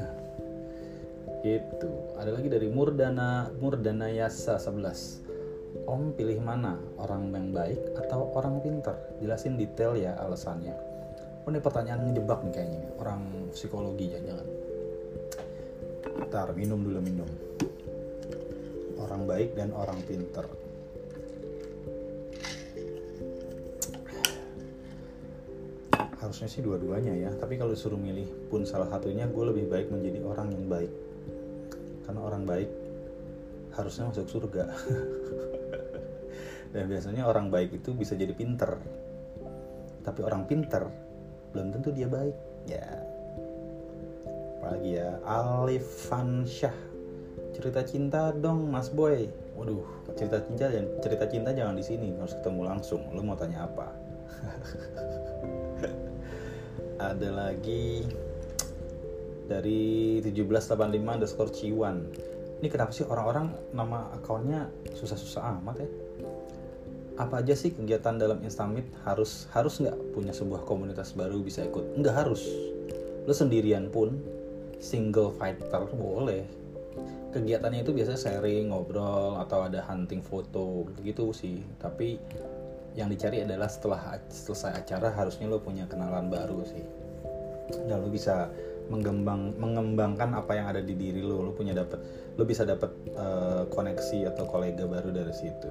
Gitu. Ada lagi dari Murdana Murdana Yasa sebelas. Om pilih mana, orang yang baik atau orang pintar? Jelasin detail ya alasannya. Oh ini pertanyaan ngejebak nih kayaknya, orang psikologi jangan-jangan. Bentar, minum dulu minum. Orang baik dan orang pintar. Harusnya sih dua-duanya ya, tapi kalau disuruh milih pun salah satunya, gue lebih baik menjadi orang yang baik. Karena orang baik harusnya masuk surga. Dan biasanya orang baik itu bisa jadi pinter. Tapi orang pinter belum tentu dia baik. Ya. Apalagi ya, Alifan Syah. Cerita cinta dong Mas Boy. Waduh, cerita cinta cerita cinta jangan di sini, harus ketemu langsung. Lu mau tanya apa? Ada lagi dari tujuh belas delapan puluh lima underscore Ciwan. Ini kenapa sih orang-orang nama akunnya susah-susah amat ya? Apa aja sih kegiatan dalam Instamit? Harus harus nggak punya sebuah komunitas baru bisa ikut? Nggak harus. Lo sendirian pun single fighter boleh. Kegiatannya itu biasanya sharing, ngobrol, atau ada hunting foto gitu sih. Tapi yang dicari adalah setelah selesai acara harusnya lo punya kenalan baru sih. Dan lo bisa mengembang mengembangkan apa yang ada di diri lo. Lo punya dapat, lo bisa dapat uh, koneksi atau kolega baru dari situ.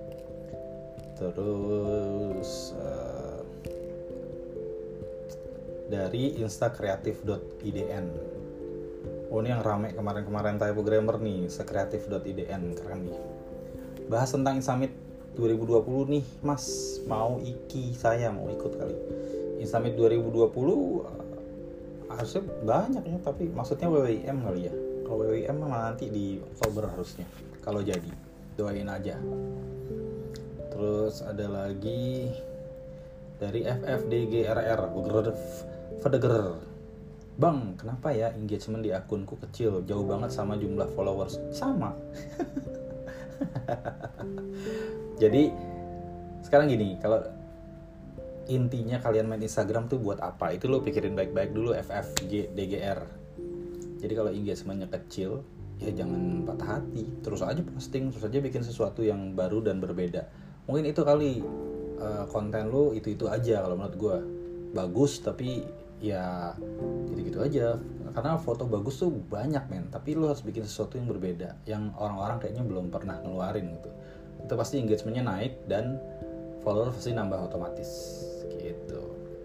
Terus uh, dari instakreatif dot i d n. Oh ini yang rame kemarin-kemarin typo grammar nih, sekreatif dot i d n, keren nih. Bahas tentang Instamit dua ribu dua puluh nih Mas, mau iki saya mau ikut kali. Instamit dua ribu dua puluh uh, harusnya banyak ya, tapi maksudnya W W I M kali ya. Kalau W W I M mah nanti di Oktober harusnya, kalau jadi. Doain aja. Terus ada lagi dari F F D G R R Verdeger. Bang, kenapa ya engagement di akunku kecil, jauh banget sama jumlah followers? Sama. Jadi sekarang gini, kalau intinya kalian main Instagram tuh buat apa? Itu lo pikirin baik-baik dulu, F F D G R. Jadi kalau engagementnya kecil, ya jangan patah hati, terus aja posting, terus aja bikin sesuatu yang baru dan berbeda. Mungkin itu kali uh, konten lo itu-itu aja kalau menurut gue. Bagus tapi ya gitu-gitu aja. Karena foto bagus tuh banyak men, tapi lo harus bikin sesuatu yang berbeda, yang orang-orang kayaknya belum pernah ngeluarin gitu. Itu pasti engagementnya naik dan follower pasti nambah otomatis gitu.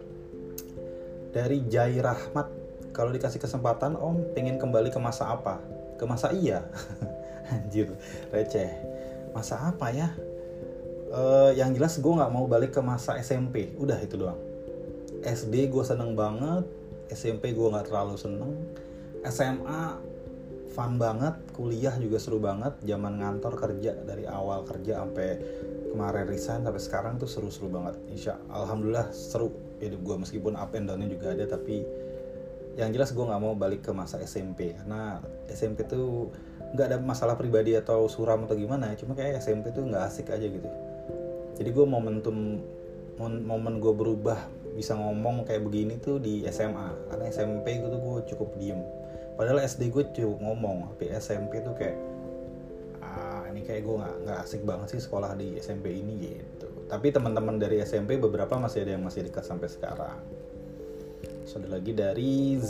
Dari Jai Rahmat, kalau dikasih kesempatan om pengen kembali ke masa apa? Ke masa iya. Anjir, receh. Masa apa ya? Uh, yang jelas gue gak mau balik ke masa S M P, udah itu doang. S D gue seneng banget, S M P gue gak terlalu seneng, S M A fun banget, kuliah juga seru banget, zaman ngantor kerja dari awal kerja sampai kemarin resign sampai sekarang tuh seru-seru banget. Insya alhamdulillah seru hidup gue, meskipun up and down-nya juga ada, tapi yang jelas gue nggak mau balik ke masa S M P karena S M P tuh nggak ada masalah pribadi atau suram atau gimana, cuma kayak S M P tuh nggak asik aja gitu. Jadi gue momentum momen gue berubah bisa ngomong kayak begini tuh di S M A, karena S M P gue tuh gue cukup diem, padahal S D gue cukup ngomong, tapi S M P tuh kayak ah ini kayak gue nggak nggak asik banget sih sekolah di S M P ini gitu. Tapi teman-teman dari S M P beberapa masih ada yang masih dekat sampai sekarang. So, ada lagi dari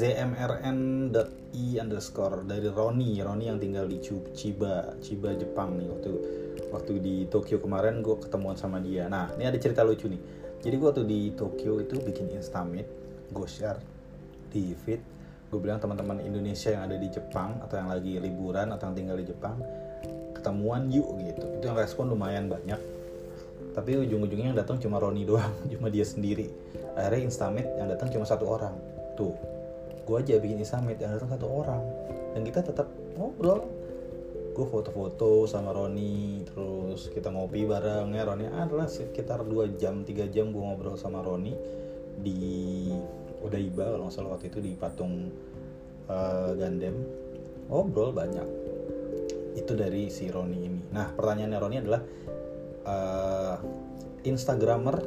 zmrn.i underscore dari Roni Roni yang tinggal di Chiba Chiba Jepang nih. Waktu waktu di Tokyo kemarin gue ketemuan sama dia. Nah ini ada cerita lucu nih. Jadi gue waktu di Tokyo itu bikin Instameet, gue share di feed, gue bilang teman-teman Indonesia yang ada di Jepang atau yang lagi liburan atau yang tinggal di Jepang, ketemuan yuk gitu. Itu yang respon lumayan banyak, tapi ujung-ujungnya yang datang cuma Roni doang, cuma dia sendiri. Akhirnya Instameet yang datang cuma satu orang. Tuh, gue aja bikin Instameet yang datang satu orang, dan kita tetap ngobrol. Gue foto-foto sama Roni, terus kita ngopi bareng ya. Roni adalah sekitar dua jam tiga jam gue ngobrol sama Roni di Odaiba kalau nggak salah waktu itu, di patung uh, Gundam. Ngobrol banyak. Itu dari si Roni ini. Nah pertanyaannya Roni adalah uh, Instagramer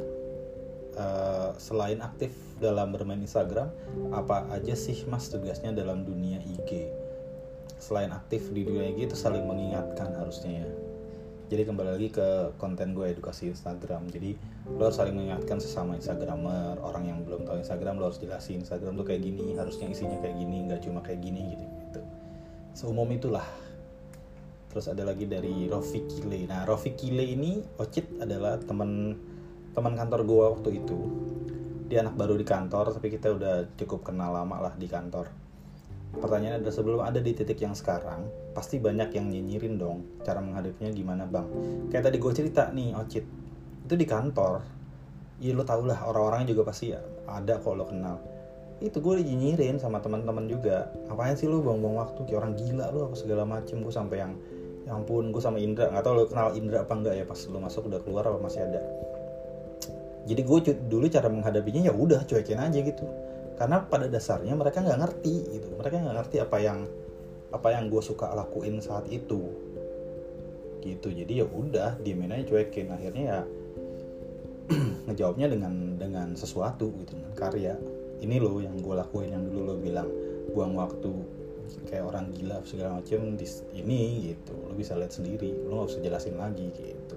uh, selain aktif dalam bermain Instagram, apa aja sih mas tugasnya dalam dunia I G? Selain aktif di dunia I G itu saling mengingatkan harusnya ya. Jadi kembali lagi ke konten gue edukasi Instagram. Jadi lo harus saling mengingatkan sesama Instagramer. Orang yang belum tahu Instagram lo harus jelasin Instagram tuh kayak gini, harusnya isinya kayak gini, nggak cuma kayak gini gitu gitu. Seumum itulah. Terus ada lagi dari Rofi Kile. Nah Rofi Kile ini Ocit adalah teman teman kantor gue waktu itu. Dia anak baru di kantor, tapi kita udah cukup kenal lama lah di kantor. Pertanyaannya adalah, sebelum ada di titik yang sekarang, pasti banyak yang nyinyirin dong, cara menghadapinya gimana bang? Kayak tadi gue cerita nih Ocit, itu di kantor, ya lo tau lah orang-orangnya juga pasti ada kok lo kenal. Itu gue dinyinyirin sama teman-teman juga, ngapain sih lo buang-buang waktu, kayak orang gila lo apa segala macem. Gue sampai yang, ya ampun, gue sama Indra, nggak tau lo kenal Indra apa enggak ya, pas lo masuk udah keluar apa masih ada. Jadi gue dulu cara menghadapinya ya udah cuekin aja gitu. Karena pada dasarnya mereka nggak ngerti gitu, mereka nggak ngerti apa yang apa yang gue suka lakuin saat itu, gitu. Jadi ya udah diemin aja, cuekin. Akhirnya ya ngejawabnya dengan dengan sesuatu gitu, dengan karya. Ini loh yang gue lakuin, yang dulu lo bilang buang waktu kayak orang gila segala macem, ini gitu. Lo bisa lihat sendiri, lo nggak usah jelasin lagi gitu.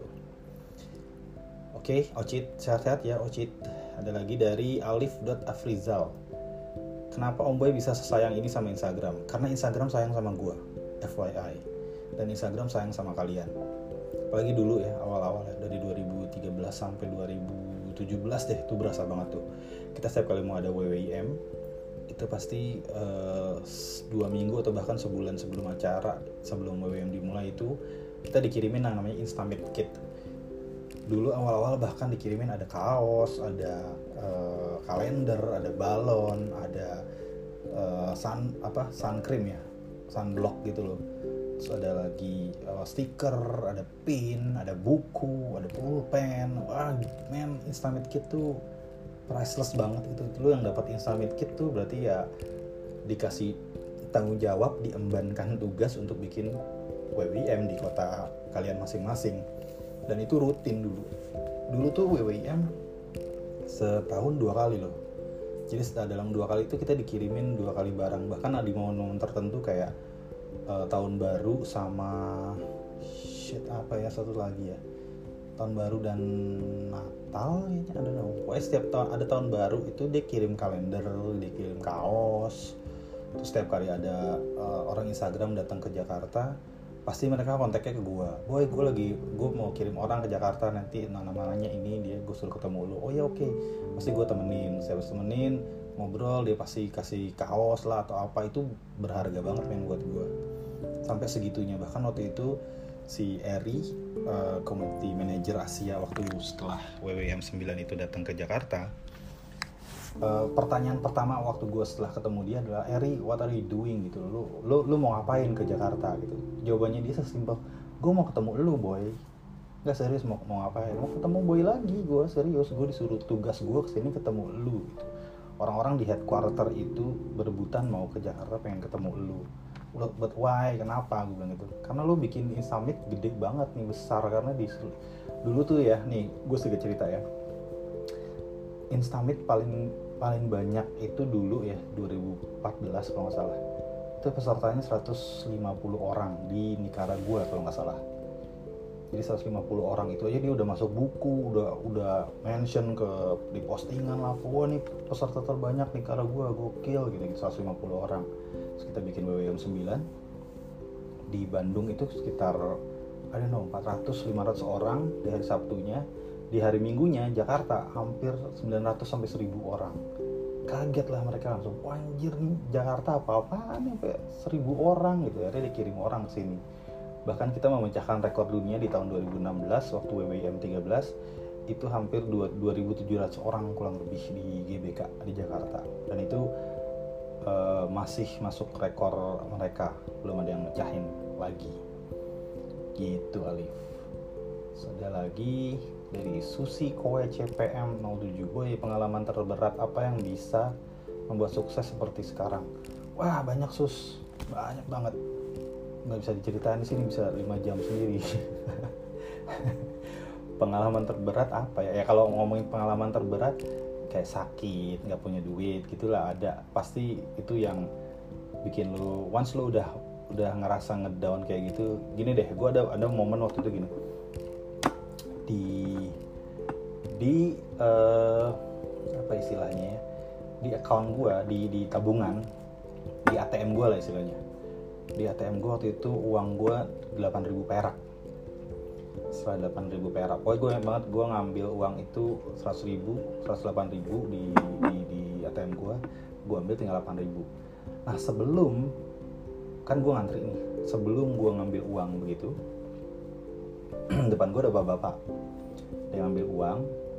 Oke, Ocit, sehat-sehat ya Ocit. Ada lagi dari alif.afrizal. Kenapa Om Boy bisa sesayang ini sama Instagram? Karena Instagram sayang sama gue, F Y I. Dan Instagram sayang sama kalian. Apalagi dulu ya, awal-awal ya, dari dua ribu tiga belas sampai dua ribu tujuh belas deh, itu berasa banget tuh. Kita setiap kali mau ada W W I M, itu pasti uh, dua minggu atau bahkan sebulan sebelum acara, sebelum W W I M dimulai itu, kita dikirimin yang namanya Instameet Kit. Dulu awal-awal bahkan dikirimin ada kaos, ada uh, kalender, ada balon, ada uh, sun apa sun cream ya, sunblock gitu loh. Terus ada lagi uh, stiker, ada pin, ada buku, ada pulpen. Wah, man, Instameet Kit tuh priceless banget gitu. Lu yang dapat Instameet Kit tuh berarti ya dikasih tanggung jawab, diembankan tugas untuk bikin W W I M di kota kalian masing-masing. Dan itu rutin dulu. Dulu tuh W W I M setahun dua kali loh. Jadi setelah dalam dua kali itu kita dikirimin dua kali barang. Bahkan di momen-momen tertentu kayak uh, tahun baru sama shit apa ya satu lagi ya. Tahun baru dan Natal kayaknya ada no. Pokoknya setiap tahun ada tahun baru itu dia kirim kalender, dia kirim kaos. Terus setiap kali ada uh, orang Instagram datang ke Jakarta, pasti mereka kontaknya ke gue, boy gue lagi gue mau kirim orang ke Jakarta nanti nama-namanya ini, dia gue suruh ketemu lo. Oh ya oke, okay. Pasti gue temenin, saya temenin ngobrol, dia pasti kasih kaos lah atau apa. Itu berharga banget men buat gue sampai segitunya. Bahkan waktu itu si Eri uh, community manager Asia waktu setelah W W I M sembilan itu datang ke Jakarta, uh, pertanyaan pertama waktu gue setelah ketemu dia adalah, Eri, what are you doing gitu, lu lu lu mau ngapain ke Jakarta gitu. Jawabannya dia sesimpel, gue mau ketemu lu boy. Nggak, serius, mau mau ngapain? Mau ketemu boy lagi. Gue serius, gue disuruh tugas gue kesini ketemu lu gitu. Orang-orang di headquarter itu berebutan mau ke Jakarta pengen ketemu lu. But why? Kenapa? Gue bilang gitu. Karena lu bikin Instamit gede banget nih, besar. Karena di dulu tuh ya, nih gue sedikit cerita ya. Instamit paling paling banyak itu dulu ya dua ribu empat belas kalau nggak salah. Itu pesertanya seratus lima puluh orang di Nicaragua kalau nggak salah. Jadi seratus lima puluh orang itu aja dia udah masuk buku, udah udah mention ke di postingan lah, wah nih peserta terbanyak Nicaragua, gokil gitu, gitu seratus lima puluh orang. Terus kita bikin W W M sembilan di Bandung itu sekitar I don't know empat ratus lima ratus orang di hari Sabtunya. Di hari Minggunya Jakarta hampir sembilan ratus sampai seribu orang. Kaget lah mereka langsung, wah anjir nih Jakarta apa-apaan sampai seribu orang gitu. Akhirnya dikirim orang ke sini. Bahkan kita memecahkan rekor dunia di tahun dua ribu enam belas waktu W W M tiga belas itu hampir dua ribu tujuh ratus orang kurang lebih di G B K di Jakarta. Dan itu uh, masih masuk rekor mereka, belum ada yang mecahin lagi. Gitu Alif. Ada lagi dari Susi Kowe C P M nol tujuh, boy, pengalaman terberat apa yang bisa membuat sukses seperti sekarang? Wah banyak sus, banyak banget, nggak bisa diceritain di sini, bisa lima jam sendiri. Pengalaman terberat apa ya? Ya kalau ngomongin pengalaman terberat kayak sakit, nggak punya duit gitulah ada, pasti itu yang bikin lu once lu udah udah ngerasa ngedown kayak gitu. Gini deh, gue ada ada momen waktu itu gini di di uh, apa istilahnya ya, di account gue, di di tabungan, di A T M gue lah istilahnya. Di A T M gue waktu itu uang gue delapan ribu perak. Setelah delapan ribu perak, pokoknya gue banget gue ngambil uang itu seratus ribu, seratus delapan ribu di, di, di A T M gue, gue ambil tinggal delapan ribu. Nah sebelum, kan gue ngantri nih, sebelum gue ngambil uang begitu, depan gue ada bapak-bapak, dia ngambil uang,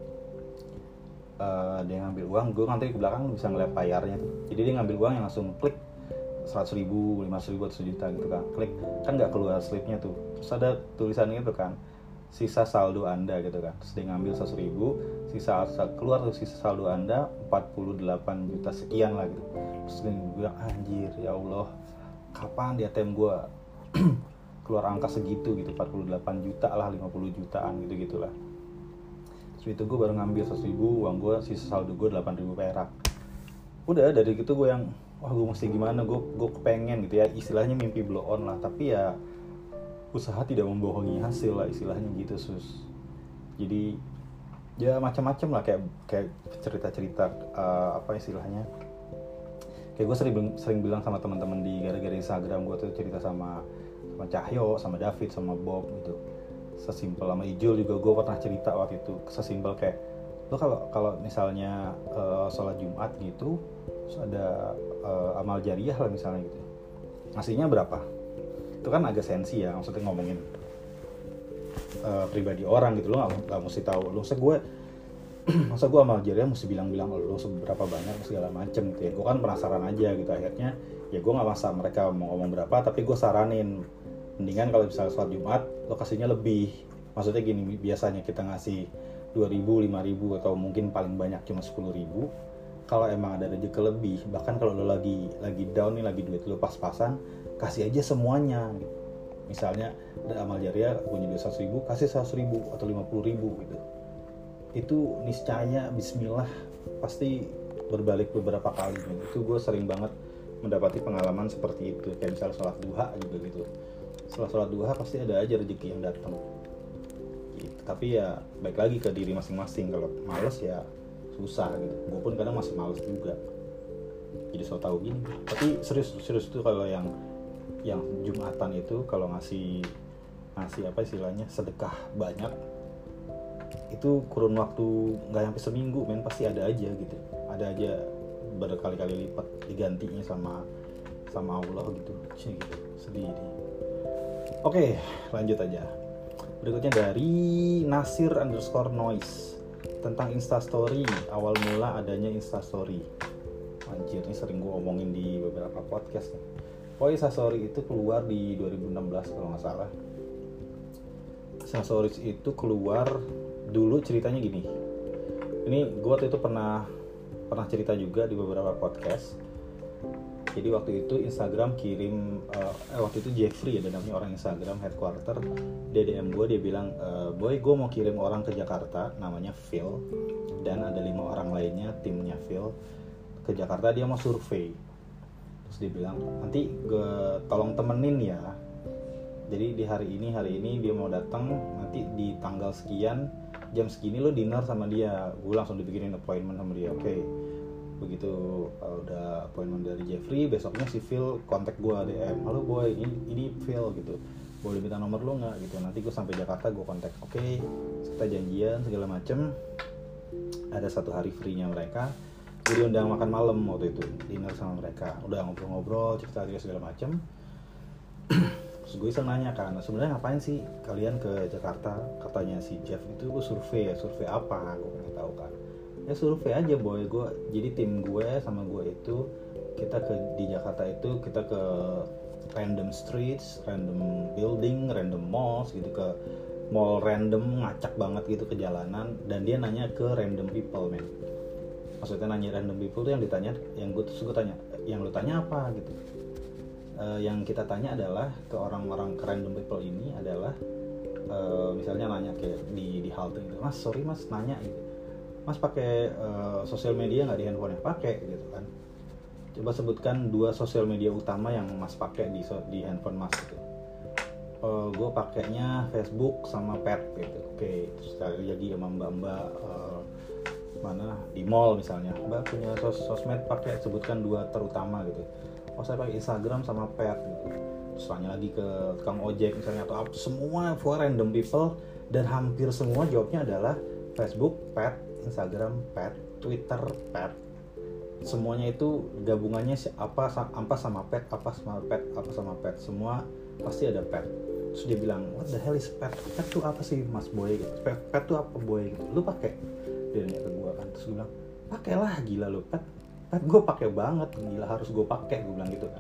uh, dia ngambil uang, gue ngantri ke belakang bisa ngeliat layarnya tuh, jadi dia ngambil uang yang langsung klik seratus ribu, lima ratus ribu, atau sejuta gitu kan, klik, kan nggak keluar slipnya tuh, terus ada tulisannya itu kan, sisa saldo anda gitu kan, terus dia ngambil seratus ribu, sisa keluar tuh sisa saldo anda empat puluh delapan juta sekian lah gitu. Terus gue bilang anjir ya Allah, kapan di A T M gue keluar angka segitu gitu, empat puluh delapan juta lah, lima puluh jutaan gitu gitulah. Terus itu gue baru ngambil seratus ribu, uang gue sisa saldo gue delapan ribu perak. Udah dari gitu gue yang wah gue mesti gimana, gue gue kepengen gitu ya, istilahnya mimpi blow on lah, tapi ya usaha tidak membohongi hasil lah istilahnya gitu sus. Jadi ya macam-macam lah, kayak kayak cerita-cerita uh, apa istilahnya, kayak gue sering sering bilang sama teman-teman di gara-gara Instagram gue tuh, cerita sama sama Cahyo, sama David, sama Bob gitu. Sesimpel sama Ijul juga gue pernah cerita waktu itu, sesimpel kayak lo kalau kalau misalnya uh, sholat Jumat gitu, terus ada uh, amal jariah lah misalnya gitu, ngasihnya berapa? Itu kan agak sensi ya, maksudnya ngomongin uh, pribadi orang gitu, lo nggak nggak mesti tahu. Lo masa gue masa gue amal jariah mesti bilang-bilang lo seberapa banyak segala macem gitu ya. Gue kan penasaran aja gitu, akhirnya ya gue nggak maksa mereka mau ngomong berapa, tapi gue saranin mendingan kalau misalnya sholat Jumat lo kasihnya lebih. Maksudnya gini, biasanya kita ngasih dua ribu, lima ribu, atau mungkin paling banyak cuma sepuluh ribu. Kalau emang ada rezeki lebih, bahkan kalau lo lagi lagi down nih, lagi duit lo pas-pasan, kasih aja semuanya gitu. Misalnya ada amal jariah punya duit seratus ribu, kasih seratus ribu atau lima puluh ribu gitu. Itu niscaya bismillah pasti berbalik beberapa kali gitu. Itu gue sering banget mendapati pengalaman seperti itu. Kayak misalnya sholat duha juga gitu, setelah sholat duha pasti ada aja rezeki yang datang gitu. Tapi ya baik lagi ke diri masing-masing, kalau males ya susah gitu. Gue pun kadang masih males juga, jadi so tau gini. Tapi serius serius tuh kalau yang yang Jumatan itu kalau ngasih ngasih apa istilahnya sedekah banyak, itu kurun waktu nggak sampai seminggu men, pasti ada aja gitu, ada aja berkali-kali lipat digantinya sama sama Allah gitu. Cih, gitu sedih ini. Oke lanjut aja. Berikutnya dari Nasir underscore noise. tentang Instastory, awal mula adanya Instastory. Anjir, ini sering gue omongin di beberapa podcast nih. Oh, Instastory itu keluar di dua ribu enam belas kalau nggak salah. Instastory itu keluar dulu ceritanya gini. Ini gue waktu itu pernah pernah cerita juga di beberapa podcast. Jadi waktu itu Instagram kirim, uh, eh, waktu itu Jeffrey ada namanya orang Instagram headquarter, dia D M gue, dia bilang, e, boy gue mau kirim orang ke Jakarta, namanya Phil, dan ada lima orang lainnya timnya Phil ke Jakarta, dia mau survei. Terus dia bilang, nanti gue tolong temenin ya. Jadi di hari ini hari ini dia mau datang, nanti di tanggal sekian jam segini lo dinner sama dia. Gue langsung dibikinin appointment sama dia. Oke. Okay. Begitu uh, udah appointment dari Jeffrey, besoknya si Phil kontak gue D M, halo boy, ini, ini Phil gitu, boleh minta nomor lo nggak gitu, nanti gue sampai Jakarta gue kontak. Oke, okay, kita janjian segala macem. Ada satu hari free-nya mereka, gue diundang makan malam waktu itu, dinner sama mereka, udah ngobrol-ngobrol, cerita-cerita segala macem. Terus gue iseng nanya kan, sebenarnya ngapain sih kalian ke Jakarta? Katanya si Jeff itu, gue survei ya, survei apa? Gue pengen tahu kan. Ya survei aja boy, gue jadi tim gue sama gue itu kita ke di Jakarta itu kita ke random streets, random building, random malls gitu, ke mall random ngacak banget gitu ke jalanan, dan dia nanya ke random people men. Maksudnya nanya random people tuh yang ditanya, yang gue terus gue tanya, yang lu tanya apa gitu. Uh, yang kita tanya adalah ke orang-orang ke random people ini adalah uh, misalnya nanya kayak di di halte gitu, mas sorry mas nanya gitu. Mas pakai uh, sosial media nggak di handphonenya? Pakai gitu kan. Coba sebutkan dua sosial media utama yang mas pakai di di handphone mas gitu. Uh, gue pakainya Facebook sama Pet gitu. Oke, okay. Terus kali lagi sama mbak-mbak uh, mana di mall misalnya, mbak punya sos sosmed pakai, sebutkan dua terutama gitu. Oh saya pakai Instagram sama Pet gitu. Terus tanya lagi ke tukang ojek misalnya atau apa, semua for random people, dan hampir semua jawabnya adalah Facebook, Pet, Instagram, Pet, Twitter, Pet. Semuanya itu gabungannya apa apa sama Pet, apa sama Pet, apa sama Pet. Semua pasti ada Pet. Terus dia bilang, what the hell is Pet? Pet tuh apa sih mas boy gitu? Pet, Pet tuh apa boy gitu? Lu pakai? Dia nanya ke gue kan. Terus gue bilang, pakailah gila lu Pet. Pet gue pakai banget, gila harus gue pakai, gue bilang gitu kan.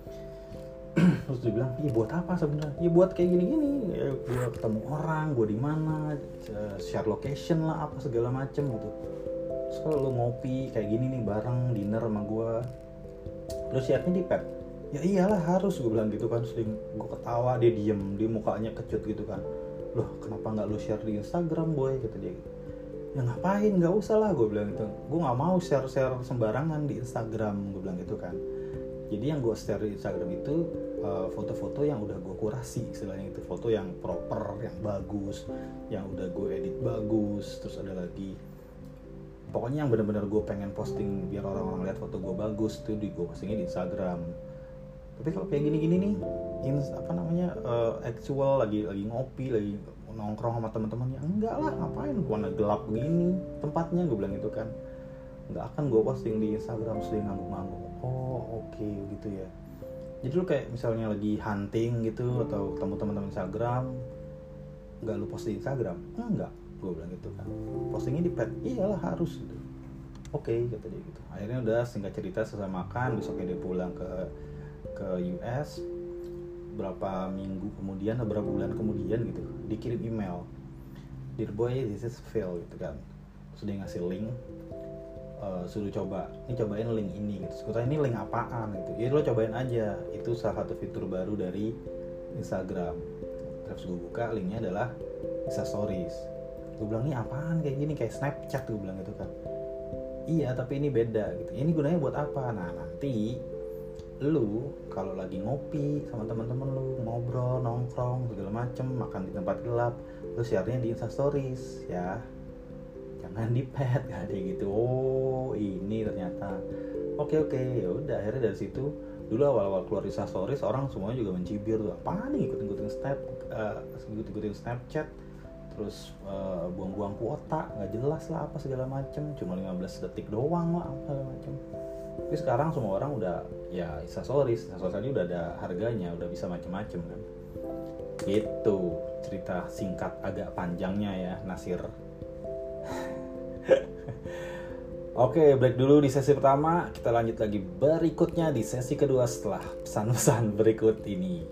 Terus dia bilang, iya buat apa sebenarnya? Ya buat kayak gini-gini, ya, gue ketemu orang, gue di mana, share location lah, apa segala macem gitu. Terus kalau lo ngopi kayak gini nih bareng dinner sama gue, terus share-nya di Pet. Ya iyalah harus, gue bilang gitu kan. Terus gue ketawa, dia diem, dia mukanya kecut gitu kan. Loh kenapa nggak lo share di Instagram boy, kata dia gitu. Ya ngapain, nggak usah lah, gue bilang gitu. Gue nggak mau share-share sembarangan di Instagram, gue bilang gitu kan. Jadi yang gue share di Instagram itu uh, foto-foto yang udah gue kurasi, istilahnya itu foto yang proper, yang bagus, yang udah gue edit bagus. Terus ada lagi, pokoknya yang benar-benar gue pengen posting biar orang-orang lihat foto gue bagus tuh di gue postingnya di Instagram. Tapi kalau kayak gini-gini nih, in, apa namanya uh, actual lagi lagi ngopi, lagi nongkrong sama teman-temannya, enggak lah, ngapain warna gelap gini tempatnya, gue bilang gitu kan. Nggak akan gue posting di Instagram sering ngangguk-ngangguk. Oh oke okay, gitu ya. Jadi lu kayak misalnya lagi hunting gitu atau ketemu teman-teman Instagram, nggak lu post di Instagram? Enggak, gue bilang gitu kan. Postingnya di Pet, iyalah harus gitu. Oke okay, kata dia gitu. Akhirnya udah singkat cerita selesai makan, besoknya dia pulang ke ke U S. Berapa minggu kemudian, beberapa bulan kemudian gitu, dikirim email, dear boy this is Phil gitu kan. Terus dia ngasih link. Uh, suruh coba, ini cobain link ini gitu. Sebenarnya ini link apaan gitu. Ya lo cobain aja. Itu salah satu fitur baru dari Instagram. Terus gue buka, linknya adalah Insta Stories. Gue bilang, ini apaan kayak gini, kayak Snapchat, gue bilang gitu kan. Iya, tapi ini beda gitu. Ini gunanya buat apa? Nah, nanti lu kalau lagi ngopi sama teman-teman lu, ngobrol, nongkrong, segala macem, makan di tempat gelap, lu share-nya di Insta Stories ya. Jangan di Pet, gak ada gitu. Oh ini ternyata oke oke ya udah. Akhirnya dari situ dulu awal-awal keluar Insta Stories orang semuanya juga mencibir tuh, apaan nih ikut-ikutin snap, uh, ikut-ikutin Snapchat, terus uh, buang-buang kuota, nggak jelas lah apa segala macem, cuma lima belas detik doang lah apa segala macem. Tapi sekarang semua orang udah ya Insta Stories, Insta Stories ini udah ada harganya, udah bisa macem-macem kan. Gitu cerita singkat agak panjangnya ya Nasir. Oke, break dulu di sesi pertama. Kita lanjut lagi berikutnya di sesi kedua setelah pesan-pesan berikut ini.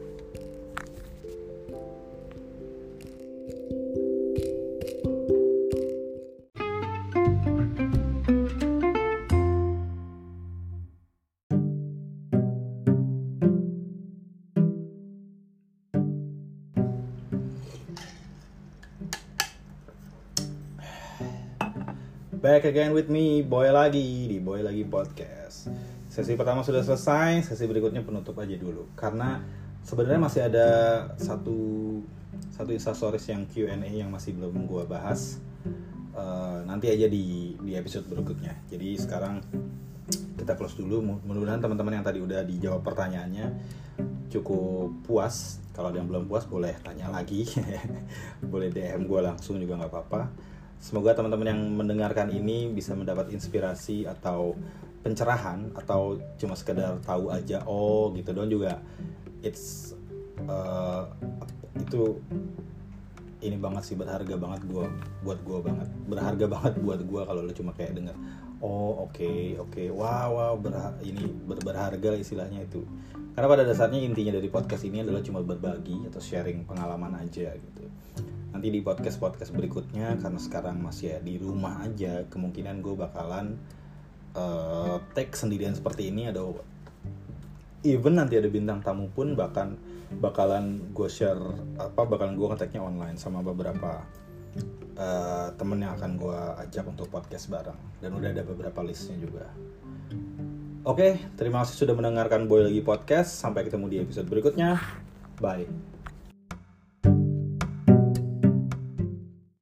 Back again with me, Boy lagi di Boy lagi podcast. Sesi pertama sudah selesai, sesi berikutnya penutup aja dulu. Karena sebenarnya masih ada satu satu instastories yang Q and A yang masih belum gua bahas. Uh, nanti aja di di episode berikutnya. Jadi sekarang kita close dulu. Mudah-mudahan teman-teman yang tadi udah dijawab pertanyaannya cukup puas. Kalau ada yang belum puas boleh tanya lagi. Boleh D M gua langsung juga nggak apa-apa. Semoga teman-teman yang mendengarkan ini bisa mendapat inspirasi atau pencerahan atau cuma sekedar tahu aja oh gitu doang juga. It's uh, itu ini banget sih, berharga banget gua buat gua banget. Berharga banget buat gua kalau lu cuma kayak denger oh oke okay, oke okay, wow wow berha- ini ber- berharga istilahnya itu. Karena pada dasarnya intinya dari podcast ini adalah cuma berbagi atau sharing pengalaman aja gitu. Nanti di podcast-podcast berikutnya, karena sekarang masih ya di rumah aja, kemungkinan gue bakalan uh, take sendirian seperti ini. Ada even nanti ada bintang tamu pun bahkan bakalan gue share apa bakalan gue ngeteknya online sama beberapa uh, temen yang akan gue ajak untuk podcast bareng, dan udah ada beberapa listnya juga. Oke, terima kasih sudah mendengarkan Boy Lagi Podcast. Sampai ketemu di episode berikutnya. Bye.